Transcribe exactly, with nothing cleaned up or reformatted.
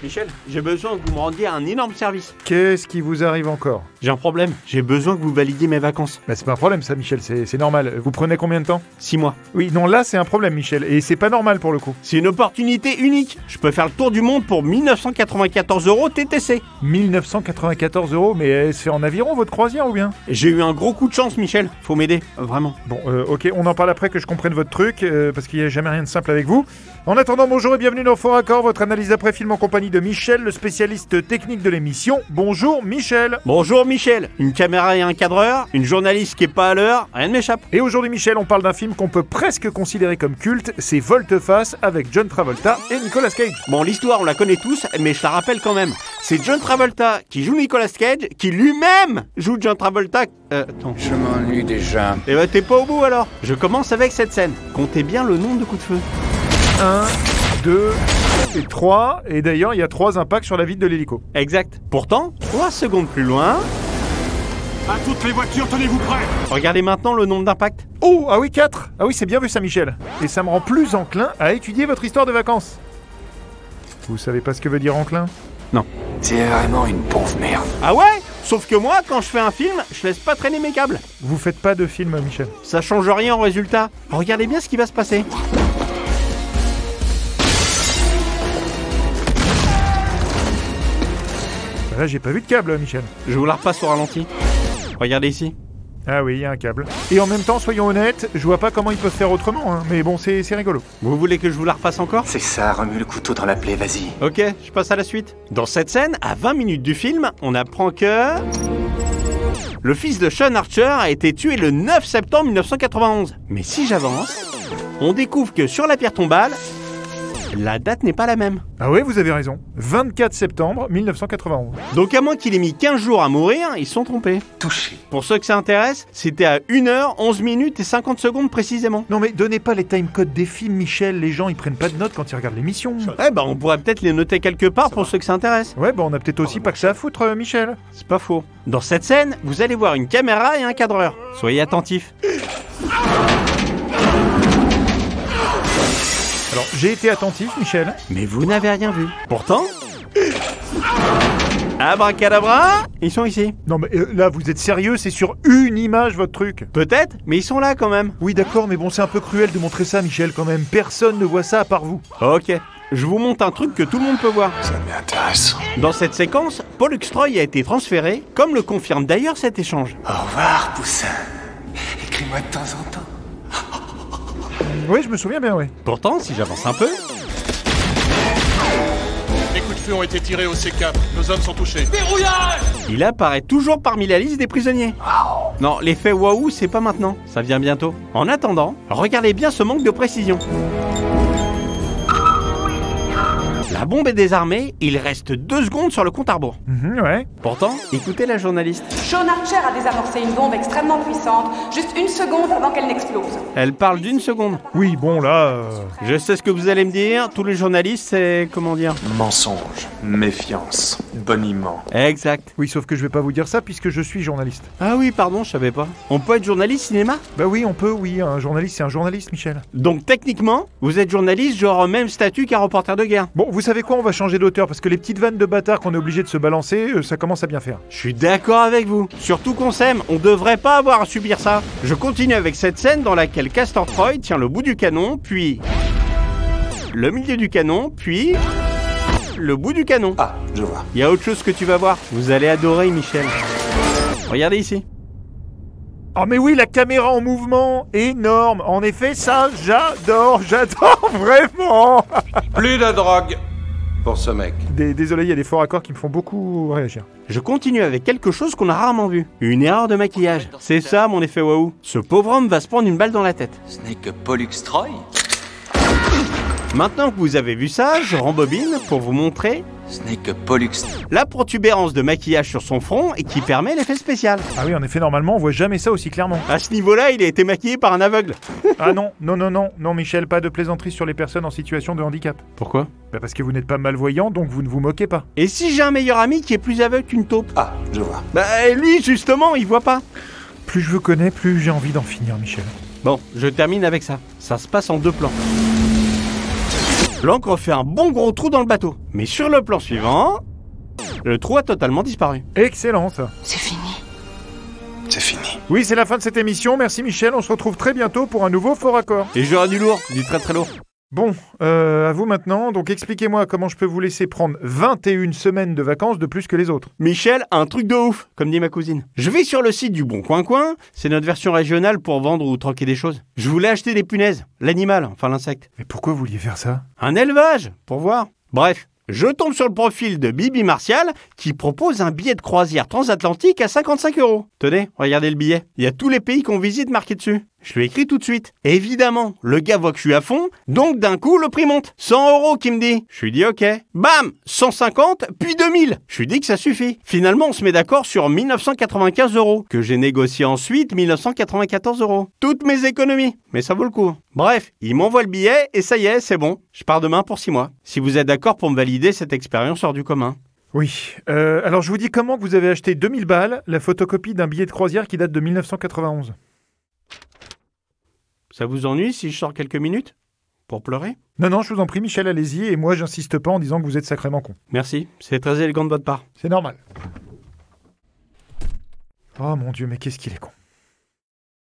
Michel, j'ai besoin que vous me rendiez un énorme service. Qu'est-ce qui vous arrive encore? J'ai un problème, j'ai besoin que vous validiez mes vacances. Bah c'est pas un problème ça Michel, c'est, c'est normal. Vous prenez combien de temps? Six mois. Oui, non là c'est un problème Michel, et c'est pas normal pour le coup. C'est une opportunité unique. Je peux faire le tour du monde pour mille neuf cent quatre-vingt-quatorze euros T T C. mille neuf cent quatre-vingt-quatorze euros, mais elle se fait en aviron votre croisière ou bien? J'ai eu un gros coup de chance Michel, faut m'aider, euh, vraiment. Bon, euh, ok, on en parle après que je comprenne votre truc, euh, parce qu'il n'y a jamais rien de simple avec vous. En attendant, bonjour et bienvenue dans Fort Accord, votre analyse d'après-film en compagnie de Michel, le spécialiste technique de l'émission. Bonjour Michel. Bonjour Michel, une caméra et un cadreur, une journaliste qui est pas à l'heure, rien ne m'échappe. Et aujourd'hui Michel, on parle d'un film qu'on peut presque considérer comme culte, c'est Volte-Face avec John Travolta et Nicolas Cage. Bon, l'histoire on la connaît tous, mais je la rappelle quand même. C'est John Travolta qui joue Nicolas Cage, qui lui-même joue John Travolta... Euh, attends. Je m'ennuie déjà. Eh ben t'es pas au bout alors. Je commence avec cette scène. Comptez bien le nombre de coups de feu. un, deux et trois, et d'ailleurs il y a trois impacts sur la vitre de l'hélico. Exact. Pourtant, trois secondes plus loin... À toutes les voitures, tenez-vous prêts! Regardez maintenant le nombre d'impacts. Oh, ah oui, quatre. Ah oui, c'est bien vu ça Michel. Et ça me rend plus enclin à étudier votre histoire de vacances. Vous savez pas ce que veut dire enclin? Non. C'est vraiment une pauvre merde. Ah ouais? Sauf que moi, quand je fais un film, je laisse pas traîner mes câbles. Vous faites pas de film Michel. Ça change rien au résultat. Regardez bien ce qui va se passer. Là j'ai pas vu de câble Michel. Je vous la repasse au ralenti. Regardez ici. Ah oui, il y a un câble. Et en même temps, soyons honnêtes, je vois pas comment ils peuvent faire autrement, hein. Mais bon, c'est, c'est rigolo. Vous voulez que je vous la repasse encore? C'est ça, remue le couteau dans la plaie, vas-y. Ok, je passe à la suite. Dans cette scène, à vingt minutes du film, on apprend que... le fils de Sean Archer a été tué le neuf septembre mille neuf cent quatre-vingt-onze. Mais si j'avance, on découvre que sur la pierre tombale, la date n'est pas la même. Ah oui, vous avez raison. vingt-quatre septembre mille neuf cent quatre-vingt-onze. Donc à moins qu'il ait mis quinze jours à mourir, ils se sont trompés. Touché. Pour ceux que ça intéresse, c'était à une heure, onze minutes et cinquante secondes précisément. Non mais donnez pas les timecodes des films Michel, les gens ils prennent pas de notes quand ils regardent l'émission. Eh ben on pourrait peut-être les noter quelque part pour ceux que ça intéresse. Ouais, bah on a peut-être aussi pas que ça à foutre euh, Michel. C'est pas faux. Dans cette scène, vous allez voir une caméra et un cadreur. Soyez attentifs. Alors, j'ai été attentif Michel. Mais vous n'avez rien vu. Pourtant... abracadabra, ils sont ici. Non mais euh, là vous êtes sérieux, c'est sur une image votre truc. Peut-être, mais ils sont là quand même. Oui d'accord, mais bon c'est un peu cruel de montrer ça Michel quand même. Personne ne voit ça à part vous. Ok, je vous montre un truc que tout le monde peut voir. Ça m'intéresse. Dans cette séquence, Pollux Troy a été transféré, comme le confirme d'ailleurs cet échange. Au revoir, Poussin. Écris-moi de temps en temps. Oui, je me souviens bien, oui. Pourtant, si j'avance un peu... Les coups de feu ont été tirés au C quatre. Nos hommes sont touchés. Verrouillage! il apparaît toujours parmi la liste des prisonniers. Non, l'effet waouh, c'est pas maintenant. Ça vient bientôt. En attendant, regardez bien ce manque de précision. La bombe est désarmée, il reste deux secondes sur le compte à rebours. Mmh, ouais. Pourtant, écoutez la journaliste. Sean Archer a désamorcé une bombe extrêmement puissante, juste une seconde avant qu'elle n'explose. Elle parle d'une seconde. Oui, bon là... Euh... Je sais ce que vous allez me dire, tous les journalistes, c'est... comment dire? Mensonge, méfiance, boniment. Exact. Oui, sauf que je vais pas vous dire ça puisque je suis journaliste. Ah oui, pardon, je savais pas. On peut être journaliste cinéma? Bah oui, on peut, oui. Un journaliste, c'est un journaliste, Michel. Donc techniquement, vous êtes journaliste, genre même statut qu'un reporter de guerre. Bon, vous savez quoi, on va changer d'auteur parce que les petites vannes de bâtards qu'on est obligé de se balancer, euh, ça commence à bien faire. Je suis d'accord avec vous. Surtout qu'on s'aime, on devrait pas avoir à subir ça. Je continue avec cette scène dans laquelle Castor Troy tient le bout du canon, puis... le milieu du canon, puis... le bout du canon. Ah, je vois. Il y a autre chose que tu vas voir. Vous allez adorer, Michel. Regardez ici. Oh mais oui, la caméra en mouvement, énorme. En effet, ça, j'adore, j'adore vraiment. Plus de drogue pour ce mec. Des, désolé, il y a des forts accords qui me font beaucoup réagir. Je continue avec quelque chose qu'on a rarement vu. Une erreur de maquillage. C'est ça mon effet waouh. Ce pauvre homme va se prendre une balle dans la tête. Ce n'est que Pollux Troy. Maintenant que vous avez vu ça, je rembobine pour vous montrer Ce n'est que Pollux. la protubérance de maquillage sur son front et qui permet l'effet spécial. Ah oui, en effet, normalement, on voit jamais ça aussi clairement. À ce niveau-là, il a été maquillé par un aveugle. Ah non, non, non, non, non, Michel, pas de plaisanterie sur les personnes en situation de handicap. Pourquoi? Bah parce que vous n'êtes pas malvoyant, donc vous ne vous moquez pas. Et si j'ai un meilleur ami qui est plus aveugle qu'une taupe? Ah, je vois. Bah lui, justement, il voit pas. Plus je vous connais, plus j'ai envie d'en finir, Michel. Bon, je termine avec ça. Ça se passe en deux plans. L'encre fait un bon gros trou dans le bateau. Mais sur le plan suivant, le trou a totalement disparu. Excellent ça. C'est fini. C'est fini. Oui, c'est la fin de cette émission. Merci Michel, on se retrouve très bientôt pour un nouveau Fort Accord. Et j'aurai du lourd, du très très lourd. Bon, euh, à vous maintenant. Donc expliquez-moi comment je peux vous laisser prendre vingt et une semaines de vacances de plus que les autres. Michel, un truc de ouf, comme dit ma cousine. Je vais sur le site du Bon Coin Coin, c'est notre version régionale pour vendre ou troquer des choses. Je voulais acheter des punaises, l'animal, enfin l'insecte. Mais pourquoi vous vouliez faire ça? Un élevage, pour voir. Bref, je tombe sur le profil de Bibi Martial qui propose un billet de croisière transatlantique à cinquante-cinq euros. Tenez, regardez le billet. Il y a tous les pays qu'on visite marqués dessus. Je lui écris tout de suite. Et évidemment, le gars voit que je suis à fond, donc d'un coup, le prix monte. cent euros qu'il me dit. Je lui dis ok. Bam, cent cinquante, puis deux mille. Je lui dis que ça suffit. Finalement, on se met d'accord sur mille neuf cent quatre-vingt-quinze euros, que j'ai négocié ensuite mille neuf cent quatre-vingt-quatorze euros. Toutes mes économies. Mais ça vaut le coup. Bref, il m'envoie le billet et ça y est, c'est bon. Je pars demain pour six mois. Si vous êtes d'accord pour me valider cette expérience hors du commun. Oui. Euh, alors je vous dis comment que vous avez acheté deux mille balles la photocopie d'un billet de croisière qui date de mille neuf cent quatre-vingt-onze. Ça vous ennuie si je sors quelques minutes? Pour pleurer? Non, non, je vous en prie Michel, allez-y, et moi j'insiste pas en disant que vous êtes sacrément con. Merci, c'est très élégant de votre part. C'est normal. Oh mon Dieu, mais qu'est-ce qu'il est con.